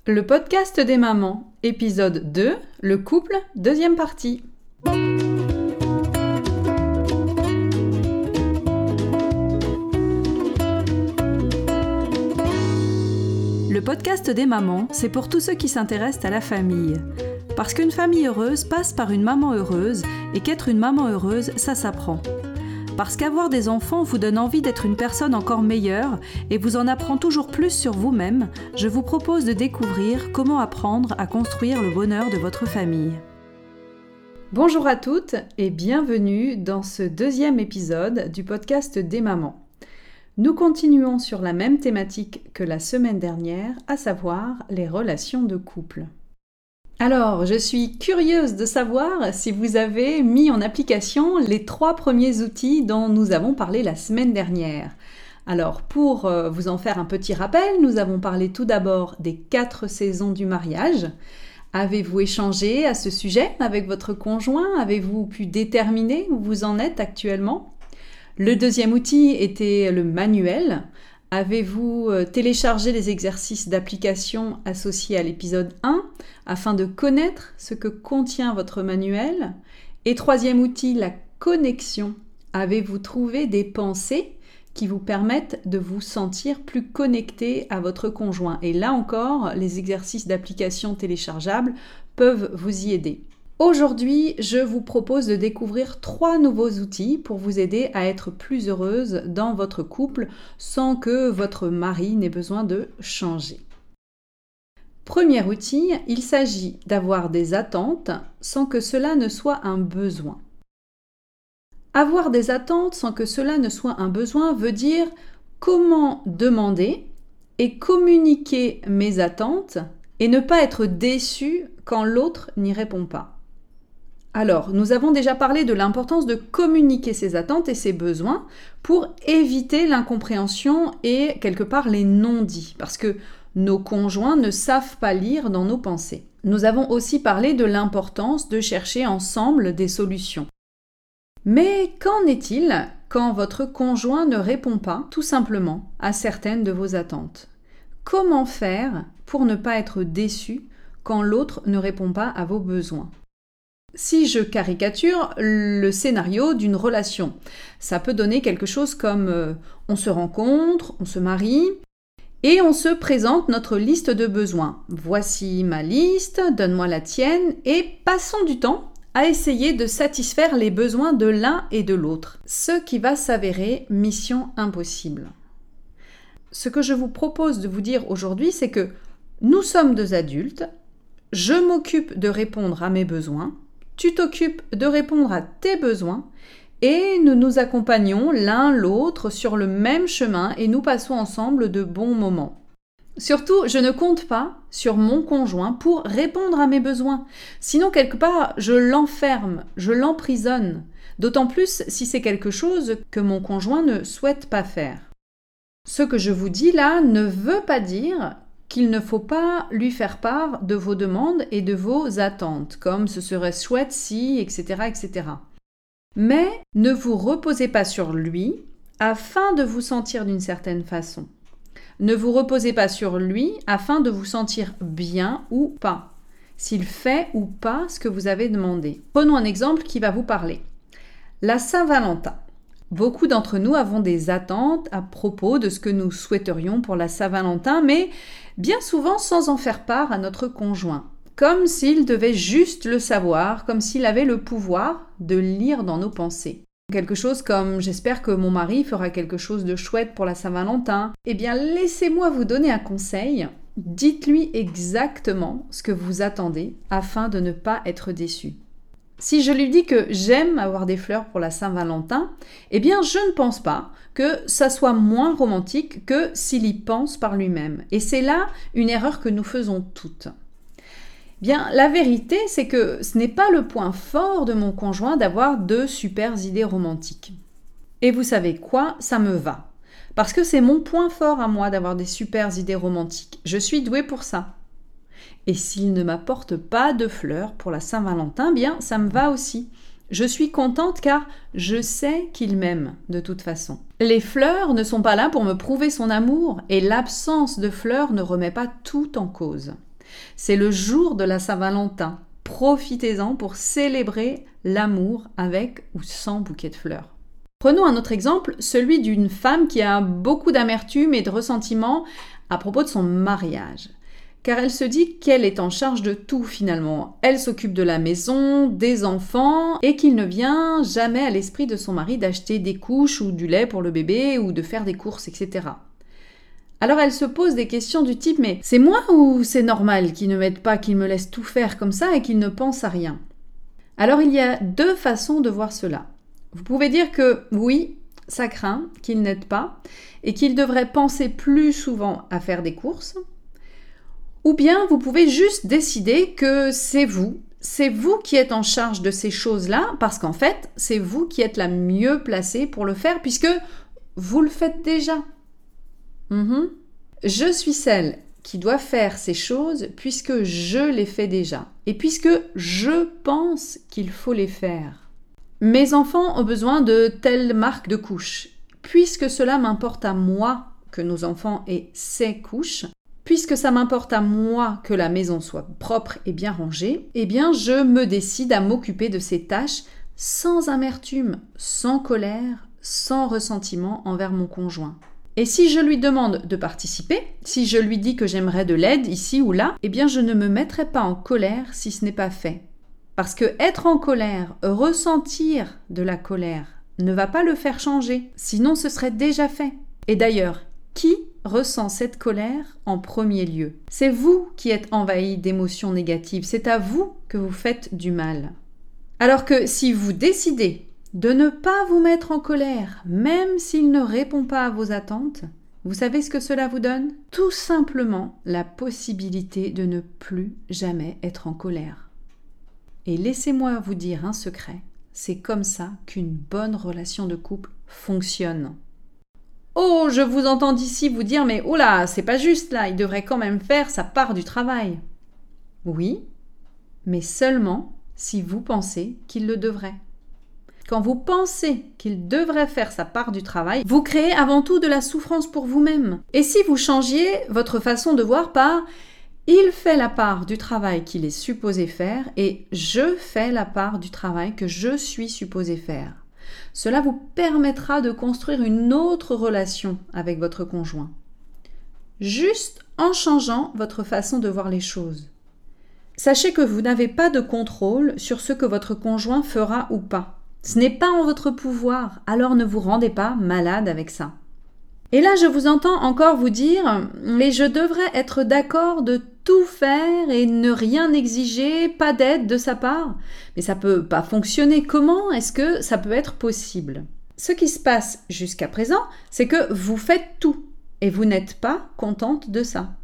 Le podcast des mamans, épisode 2, le couple, deuxième partie. Le podcast des mamans, c'est pour tous ceux qui s'intéressent à la famille. Parce qu'une famille heureuse passe par une maman heureuse et qu'être une maman heureuse, ça s'apprend. Parce qu'avoir des enfants vous donne envie d'être une personne encore meilleure et vous en apprend toujours plus sur vous-même, je vous propose de découvrir comment apprendre à construire le bonheur de votre famille. Bonjour à toutes et bienvenue dans ce deuxième épisode du podcast des mamans. Nous continuons sur la même thématique que la semaine dernière, à savoir les relations de couple. Alors, je suis curieuse de savoir si vous avez mis en application les 3 premiers outils dont nous avons parlé la semaine dernière. Alors, pour vous en faire un petit rappel, nous avons parlé tout d'abord des 4 saisons du mariage. Avez-vous échangé à ce sujet avec votre conjoint? Avez-vous pu déterminer où vous en êtes actuellement? Le deuxième outil était le manuel. Avez-vous téléchargé les exercices d'application associés à l'épisode 1 afin de connaître ce que contient votre manuel? Et troisième outil, la connexion. Avez-vous trouvé des pensées qui vous permettent de vous sentir plus connecté à votre conjoint? Et là encore, les exercices d'application téléchargeables peuvent vous y aider. Aujourd'hui, je vous propose de découvrir 3 nouveaux outils pour vous aider à être plus heureuse dans votre couple sans que votre mari n'ait besoin de changer. Premier outil, il s'agit d'avoir des attentes sans que cela ne soit un besoin. Avoir des attentes sans que cela ne soit un besoin veut dire comment demander et communiquer mes attentes et ne pas être déçu quand l'autre n'y répond pas. Alors, nous avons déjà parlé de l'importance de communiquer ses attentes et ses besoins pour éviter l'incompréhension et quelque part les non-dits, parce que nos conjoints ne savent pas lire dans nos pensées. Nous avons aussi parlé de l'importance de chercher ensemble des solutions. Mais qu'en est-il quand votre conjoint ne répond pas, tout simplement, à certaines de vos attentes? Comment faire pour ne pas être déçu quand l'autre ne répond pas à vos besoins? Si je caricature le scénario d'une relation, ça peut donner quelque chose comme on se rencontre, on se marie et on se présente notre liste de besoins. Voici ma liste, donne-moi la tienne et passons du temps à essayer de satisfaire les besoins de l'un et de l'autre, ce qui va s'avérer mission impossible. Ce que je vous propose de vous dire aujourd'hui, c'est que nous sommes 2 adultes, je m'occupe de répondre à mes besoins, tu t'occupes de répondre à tes besoins et nous nous accompagnons l'un l'autre sur le même chemin et nous passons ensemble de bons moments. Surtout, je ne compte pas sur mon conjoint pour répondre à mes besoins. Sinon, quelque part, je l'enferme, je l'emprisonne. D'autant plus si c'est quelque chose que mon conjoint ne souhaite pas faire. Ce que je vous dis là ne veut pas dire qu'il ne faut pas lui faire part de vos demandes et de vos attentes, comme ce serait chouette si, etc., etc. Mais ne vous reposez pas sur lui afin de vous sentir d'une certaine façon. Ne vous reposez pas sur lui afin de vous sentir bien ou pas, s'il fait ou pas ce que vous avez demandé. Prenons un exemple qui va vous parler. La Saint-Valentin. Beaucoup d'entre nous avons des attentes à propos de ce que nous souhaiterions pour la Saint-Valentin, mais bien souvent sans en faire part à notre conjoint, comme s'il devait juste le savoir, comme s'il avait le pouvoir de lire dans nos pensées. Quelque chose comme « j'espère que mon mari fera quelque chose de chouette pour la Saint-Valentin ». Eh bien, laissez-moi vous donner un conseil. Dites-lui exactement ce que vous attendez afin de ne pas être déçu. Si je lui dis que j'aime avoir des fleurs pour la Saint-Valentin, eh bien je ne pense pas que ça soit moins romantique que s'il y pense par lui-même. Et c'est là une erreur que nous faisons toutes. Bien, la vérité, c'est que ce n'est pas le point fort de mon conjoint d'avoir de super idées romantiques. Et vous savez quoi? Ça me va. Parce que c'est mon point fort à moi d'avoir des super idées romantiques. Je suis douée pour ça. Et s'il ne m'apporte pas de fleurs pour la Saint-Valentin, bien, ça me va aussi. Je suis contente car je sais qu'il m'aime de toute façon. Les fleurs ne sont pas là pour me prouver son amour et l'absence de fleurs ne remet pas tout en cause. C'est le jour de la Saint-Valentin. Profitez-en pour célébrer l'amour avec ou sans bouquet de fleurs. Prenons un autre exemple, celui d'une femme qui a beaucoup d'amertume et de ressentiment à propos de son mariage. Car elle se dit qu'elle est en charge de tout finalement. Elle s'occupe de la maison, des enfants, et qu'il ne vient jamais à l'esprit de son mari d'acheter des couches ou du lait pour le bébé ou de faire des courses, etc. Alors elle se pose des questions du type « mais c'est moi ou c'est normal qu'il ne m'aide pas, qu'il me laisse tout faire comme ça et qu'il ne pense à rien ?» Alors il y a deux façons de voir cela. Vous pouvez dire que oui, ça craint, qu'il n'aide pas et qu'il devrait penser plus souvent à faire des courses. Ou bien vous pouvez juste décider que c'est vous qui êtes en charge de ces choses-là parce qu'en fait, c'est vous qui êtes la mieux placée pour le faire puisque vous le faites déjà. Je suis celle qui doit faire ces choses puisque je les fais déjà et puisque je pense qu'il faut les faire. Mes enfants ont besoin de telle marque de couches. Puisque cela m'importe à moi que nos enfants aient ces couches, puisque ça m'importe à moi que la maison soit propre et bien rangée, eh bien je me décide à m'occuper de ces tâches sans amertume, sans colère, sans ressentiment envers mon conjoint. Et si je lui demande de participer, si je lui dis que j'aimerais de l'aide ici ou là, eh bien je ne me mettrai pas en colère si ce n'est pas fait. Parce que être en colère, ressentir de la colère, ne va pas le faire changer, sinon ce serait déjà fait. Et d'ailleurs, qui ressent cette colère en premier lieu? C'est vous qui êtes envahi d'émotions négatives, c'est à vous que vous faites du mal. Alors que si vous décidez de ne pas vous mettre en colère, même s'il ne répond pas à vos attentes, vous savez ce que cela vous donne? Tout simplement la possibilité de ne plus jamais être en colère. Et laissez-moi vous dire un secret, c'est comme ça qu'une bonne relation de couple fonctionne. Oh, je vous entends d'ici vous dire, mais oh là, c'est pas juste là, il devrait quand même faire sa part du travail. Oui, mais seulement si vous pensez qu'il le devrait. Quand vous pensez qu'il devrait faire sa part du travail, vous créez avant tout de la souffrance pour vous-même. Et si vous changiez votre façon de voir par « il fait la part du travail qu'il est supposé faire et je fais la part du travail que je suis supposé faire », cela vous permettra de construire une autre relation avec votre conjoint. Juste en changeant votre façon de voir les choses. Sachez que vous n'avez pas de contrôle sur ce que votre conjoint fera ou pas. Ce n'est pas en votre pouvoir, alors ne vous rendez pas malade avec ça. Et là, je vous entends encore vous dire « mais je devrais être d'accord de tout faire et ne rien exiger, pas d'aide de sa part. » Mais ça peut pas fonctionner. Comment est-ce que ça peut être possible? Ce qui se passe jusqu'à présent, c'est que vous faites tout et vous n'êtes pas contente de ça.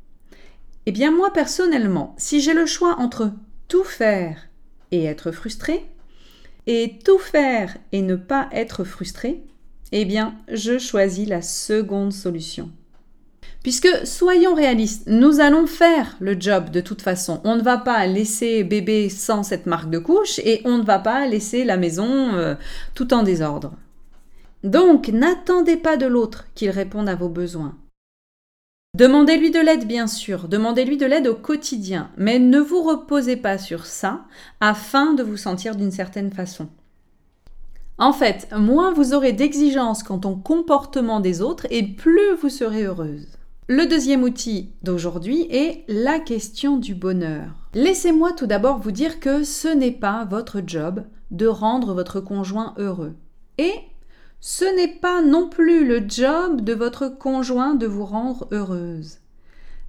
Eh bien moi, personnellement, si j'ai le choix entre tout faire et être frustrée, et tout faire et ne pas être frustrée, eh bien, je choisis la seconde solution. Puisque, soyons réalistes, nous allons faire le job de toute façon. On ne va pas laisser bébé sans cette marque de couche et on ne va pas laisser la maison tout en désordre. Donc, n'attendez pas de l'autre qu'il réponde à vos besoins. Demandez-lui de l'aide, bien sûr, demandez-lui de l'aide au quotidien, mais ne vous reposez pas sur ça afin de vous sentir d'une certaine façon. En fait, moins vous aurez d'exigences quant au comportement des autres et plus vous serez heureuse. Le deuxième outil d'aujourd'hui est la question du bonheur. Laissez-moi tout d'abord vous dire que ce n'est pas votre job de rendre votre conjoint heureux. Et ce n'est pas non plus le job de votre conjoint de vous rendre heureuse. D'accord ?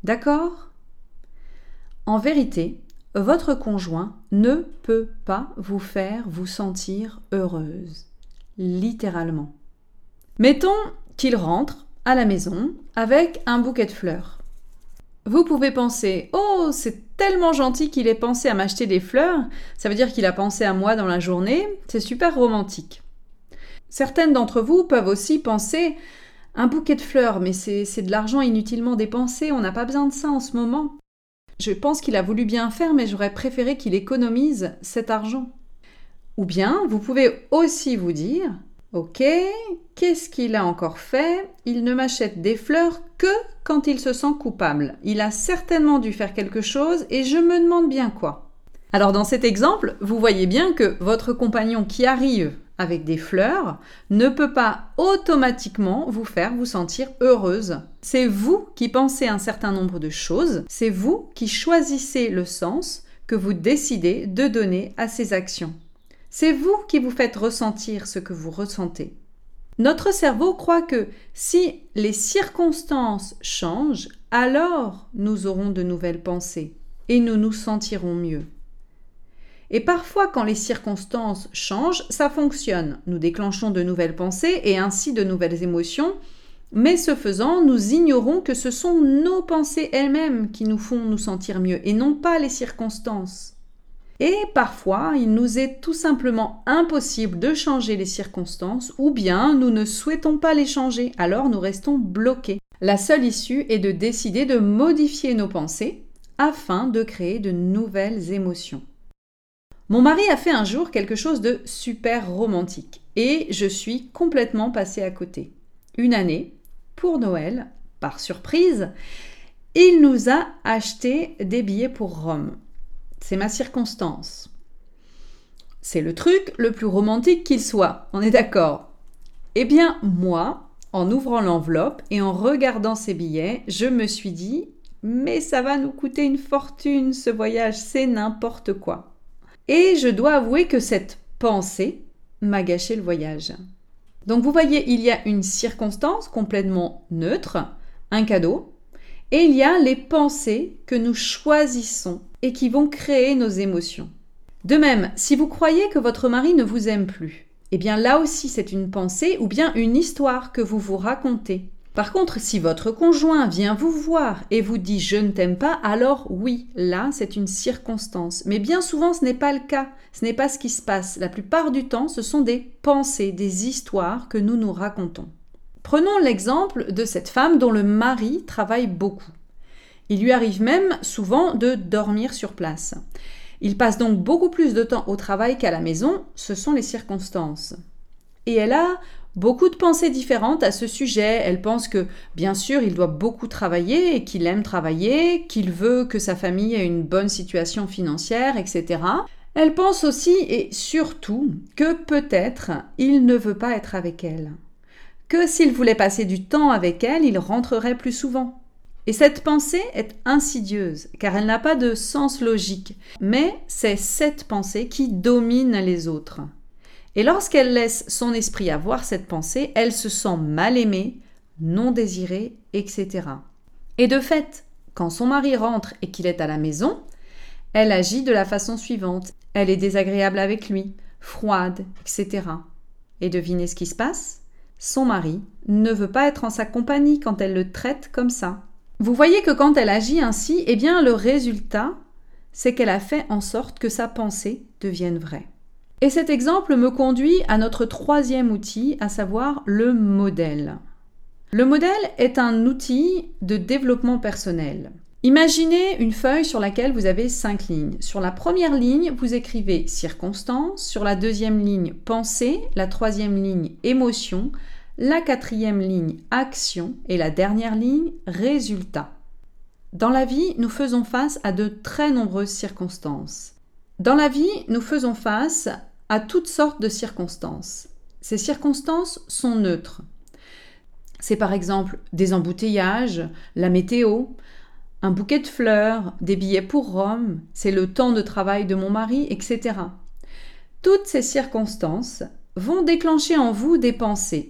En vérité, votre conjoint ne peut pas vous faire vous sentir heureuse. Littéralement. Mettons qu'il rentre à la maison avec un bouquet de fleurs. Vous pouvez penser « Oh, c'est tellement gentil qu'il ait pensé à m'acheter des fleurs, ça veut dire qu'il a pensé à moi dans la journée, c'est super romantique. » Certaines d'entre vous peuvent aussi penser « Un bouquet de fleurs, mais c'est de l'argent inutilement dépensé, on n'a pas besoin de ça en ce moment. » Je pense qu'il a voulu bien faire, mais j'aurais préféré qu'il économise cet argent. Ou bien, vous pouvez aussi vous dire « Ok, qu'est-ce qu'il a encore fait? Il ne m'achète des fleurs que quand il se sent coupable. Il a certainement dû faire quelque chose et je me demande bien quoi. Alors dans cet exemple, vous voyez bien que votre compagnon qui arrive avec des fleurs ne peut pas automatiquement vous faire vous sentir heureuse. C'est vous qui pensez un certain nombre de choses, c'est vous qui choisissez le sens que vous décidez de donner à ces actions. C'est vous qui vous faites ressentir ce que vous ressentez. Notre cerveau croit que si les circonstances changent, alors nous aurons de nouvelles pensées et nous nous sentirons mieux. Et parfois, quand les circonstances changent, ça fonctionne. Nous déclenchons de nouvelles pensées et ainsi de nouvelles émotions, mais ce faisant, nous ignorons que ce sont nos pensées elles-mêmes qui nous font nous sentir mieux et non pas les circonstances. Et parfois, il nous est tout simplement impossible de changer les circonstances ou bien nous ne souhaitons pas les changer, alors nous restons bloqués. La seule issue est de décider de modifier nos pensées afin de créer de nouvelles émotions. Mon mari a fait un jour quelque chose de super romantique et je suis complètement passée à côté. Une année, pour Noël, par surprise, il nous a acheté des billets pour Rome. C'est ma circonstance. C'est le truc le plus romantique qu'il soit, on est d'accord. Eh bien, moi, en ouvrant l'enveloppe et en regardant ces billets, je me suis dit « Mais ça va nous coûter une fortune, ce voyage, c'est n'importe quoi ». Et je dois avouer que cette pensée m'a gâché le voyage. Donc vous voyez, il y a une circonstance complètement neutre, un cadeau, et il y a les pensées que nous choisissons et qui vont créer nos émotions. De même, si vous croyez que votre mari ne vous aime plus, eh bien là aussi c'est une pensée ou bien une histoire que vous vous racontez. Par contre, si votre conjoint vient vous voir et vous dit « je ne t'aime pas », alors oui, là c'est une circonstance. Mais bien souvent ce n'est pas le cas, ce n'est pas ce qui se passe. La plupart du temps, ce sont des pensées, des histoires que nous nous racontons. Prenons l'exemple de cette femme dont le mari travaille beaucoup. Il lui arrive même souvent de dormir sur place. Il passe donc beaucoup plus de temps au travail qu'à la maison, ce sont les circonstances. Et elle a beaucoup de pensées différentes à ce sujet. Elle pense que, bien sûr, il doit beaucoup travailler et qu'il aime travailler, qu'il veut que sa famille ait une bonne situation financière, etc. Elle pense aussi et surtout que peut-être il ne veut pas être avec elle. Que s'il voulait passer du temps avec elle, il rentrerait plus souvent. Et cette pensée est insidieuse, car elle n'a pas de sens logique, mais c'est cette pensée qui domine les autres. Et lorsqu'elle laisse son esprit avoir cette pensée, elle se sent mal aimée, non désirée, etc. Et de fait, quand son mari rentre et qu'il est à la maison, elle agit de la façon suivante. Elle est désagréable avec lui, froide, etc. Et devinez ce qui se passe? Son mari ne veut pas être en sa compagnie quand elle le traite comme ça. Vous voyez que quand elle agit ainsi, eh bien le résultat, c'est qu'elle a fait en sorte que sa pensée devienne vraie. Et cet exemple me conduit à notre troisième outil, à savoir le modèle. Le modèle est un outil de développement personnel. Imaginez une feuille sur laquelle vous avez 5 lignes. Sur la première ligne, vous écrivez circonstance, sur la deuxième ligne pensée, la troisième ligne émotion, la quatrième ligne action et la dernière ligne résultat. Dans la vie, nous faisons face à de très nombreuses circonstances. Dans la vie, nous faisons face à toutes sortes de circonstances. Ces circonstances sont neutres. C'est par exemple des embouteillages, la météo, un bouquet de fleurs, des billets pour Rome, c'est le temps de travail de mon mari, etc. Toutes ces circonstances vont déclencher en vous des pensées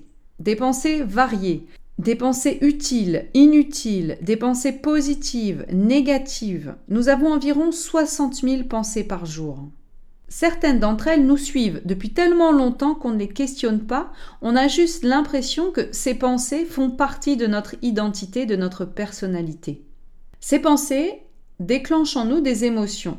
variées, des pensées utiles, inutiles, des pensées positives, négatives. Nous avons environ 60 000 pensées par jour. Certaines d'entre elles nous suivent depuis tellement longtemps qu'on ne les questionne pas, on a juste l'impression que ces pensées font partie de notre identité, de notre personnalité. Ces pensées déclenchent en nous des émotions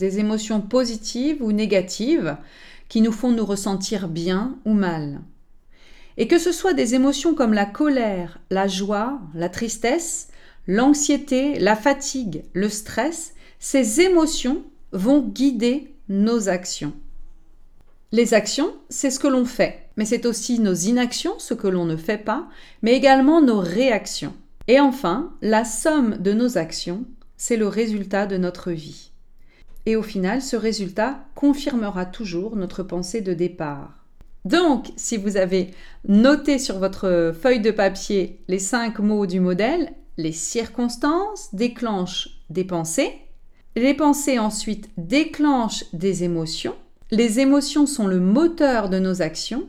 positives ou négatives qui nous font nous ressentir bien ou mal. Et que ce soit des émotions comme la colère, la joie, la tristesse, l'anxiété, la fatigue, le stress, ces émotions vont guider nos actions. Les actions, c'est ce que l'on fait, mais c'est aussi nos inactions, ce que l'on ne fait pas, mais également nos réactions. Et enfin, la somme de nos actions, c'est le résultat de notre vie. Et au final, ce résultat confirmera toujours notre pensée de départ. Donc, si vous avez noté sur votre feuille de papier les 5 mots du modèle, les circonstances déclenchent des pensées, les pensées ensuite déclenchent des émotions, les émotions sont le moteur de nos actions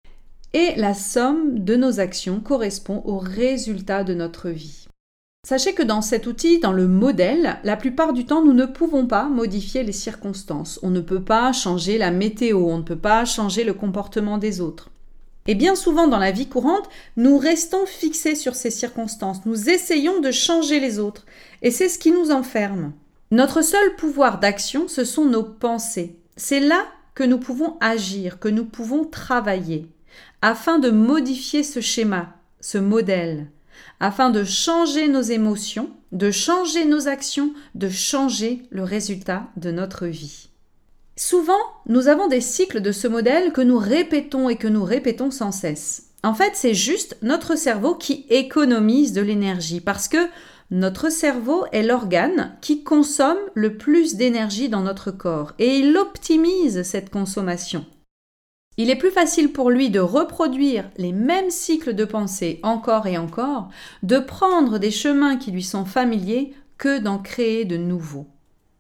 et la somme de nos actions correspond au résultat de notre vie. Sachez que dans cet outil, dans le modèle, la plupart du temps, nous ne pouvons pas modifier les circonstances. On ne peut pas changer la météo, on ne peut pas changer le comportement des autres. Et bien souvent dans la vie courante, nous restons fixés sur ces circonstances. Nous essayons de changer les autres. Et c'est ce qui nous enferme. Notre seul pouvoir d'action, ce sont nos pensées. C'est là que nous pouvons agir, que nous pouvons travailler, afin de modifier ce schéma, ce modèle, afin de changer nos émotions, de changer nos actions, de changer le résultat de notre vie. Souvent, nous avons des cycles de ce modèle que nous répétons et que nous répétons sans cesse. En fait, c'est juste notre cerveau qui économise de l'énergie parce que notre cerveau est l'organe qui consomme le plus d'énergie dans notre corps et il optimise cette consommation. Il est plus facile pour lui de reproduire les mêmes cycles de pensée encore et encore, de prendre des chemins qui lui sont familiers que d'en créer de nouveaux.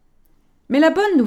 Mais la bonne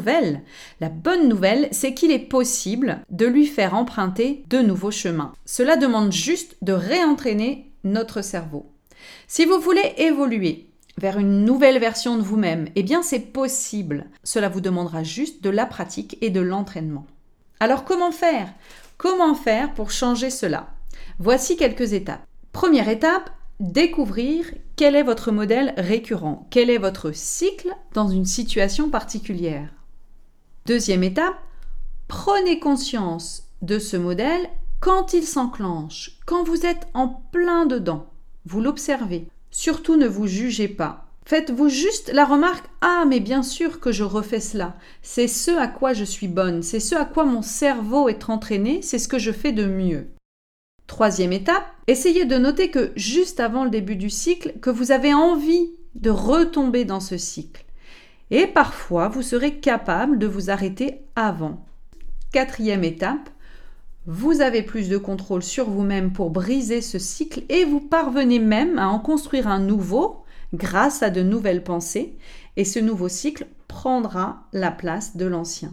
nouvelle, c'est qu'il est possible de lui faire emprunter de nouveaux chemins. Cela demande juste de réentraîner notre cerveau. Si vous voulez évoluer vers une nouvelle version de vous-même, eh bien c'est possible. Cela vous demandera juste de la pratique et de l'entraînement. Alors comment faire ? Comment faire pour changer cela ? Voici quelques étapes. Première étape, découvrir quel est votre modèle récurrent, quel est votre cycle dans une situation particulière. Deuxième étape, prenez conscience de ce modèle quand il s'enclenche, quand vous êtes en plein dedans. Vous l'observez. Surtout ne vous jugez pas. Faites-vous juste la remarque « Ah, mais bien sûr que je refais cela. C'est ce à quoi je suis bonne. C'est ce à quoi mon cerveau est entraîné. C'est ce que je fais de mieux. » Troisième étape, essayez de noter que juste avant le début du cycle, que vous avez envie de retomber dans ce cycle. Et parfois, vous serez capable de vous arrêter avant. Quatrième étape, vous avez plus de contrôle sur vous-même pour briser ce cycle et vous parvenez même à en construire un nouveau grâce à de nouvelles pensées et ce nouveau cycle prendra la place de l'ancien.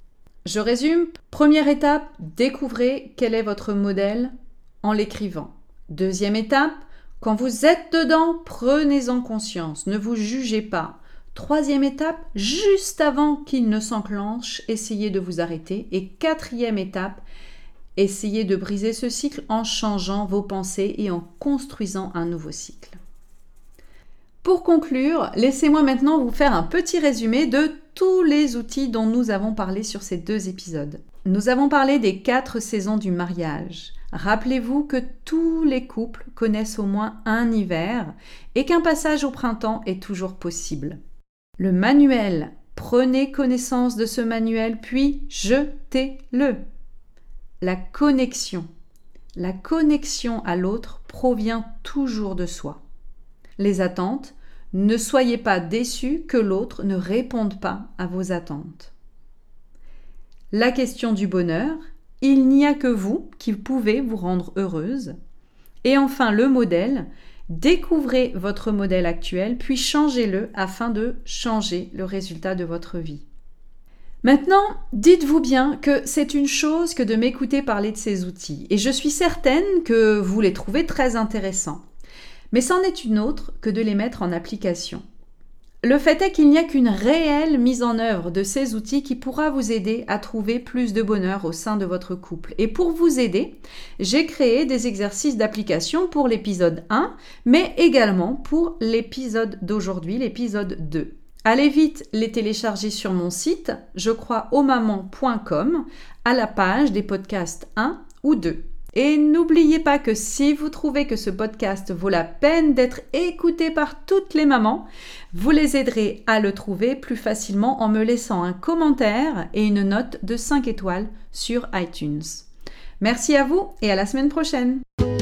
Je résume. Première étape, découvrez quel est votre modèle en l'écrivant. Deuxième étape, quand vous êtes dedans, prenez-en conscience, ne vous jugez pas. Troisième étape, juste avant qu'il ne s'enclenche, essayez de vous arrêter. Et quatrième étape, essayez de briser ce cycle en changeant vos pensées et en construisant un nouveau cycle. Pour conclure, laissez-moi maintenant vous faire un petit résumé de tous les outils dont nous avons parlé sur ces 2 épisodes. Nous avons parlé des 4 saisons du mariage. Rappelez-vous que tous les couples connaissent au moins un hiver et qu'un passage au printemps est toujours possible. Le manuel, prenez connaissance de ce manuel puis jetez-le. La connexion à l'autre provient toujours de soi. Les attentes, ne soyez pas déçus que l'autre ne réponde pas à vos attentes. La question du bonheur, il n'y a que vous qui pouvez vous rendre heureuse. Et enfin le modèle, découvrez votre modèle actuel puis changez-le afin de changer le résultat de votre vie. Maintenant, dites-vous bien que c'est une chose que de m'écouter parler de ces outils et je suis certaine que vous les trouvez très intéressants. Mais c'en est une autre que de les mettre en application. Le fait est qu'il n'y a qu'une réelle mise en œuvre de ces outils qui pourra vous aider à trouver plus de bonheur au sein de votre couple. Et pour vous aider, j'ai créé des exercices d'application pour l'épisode 1, mais également pour l'épisode d'aujourd'hui, l'épisode 2. Allez vite les télécharger sur mon site, je crois aumaman.com, à la page des podcasts 1 ou 2. Et n'oubliez pas que si vous trouvez que ce podcast vaut la peine d'être écouté par toutes les mamans, vous les aiderez à le trouver plus facilement en me laissant un commentaire et une note de 5 étoiles sur iTunes. Merci à vous et à la semaine prochaine.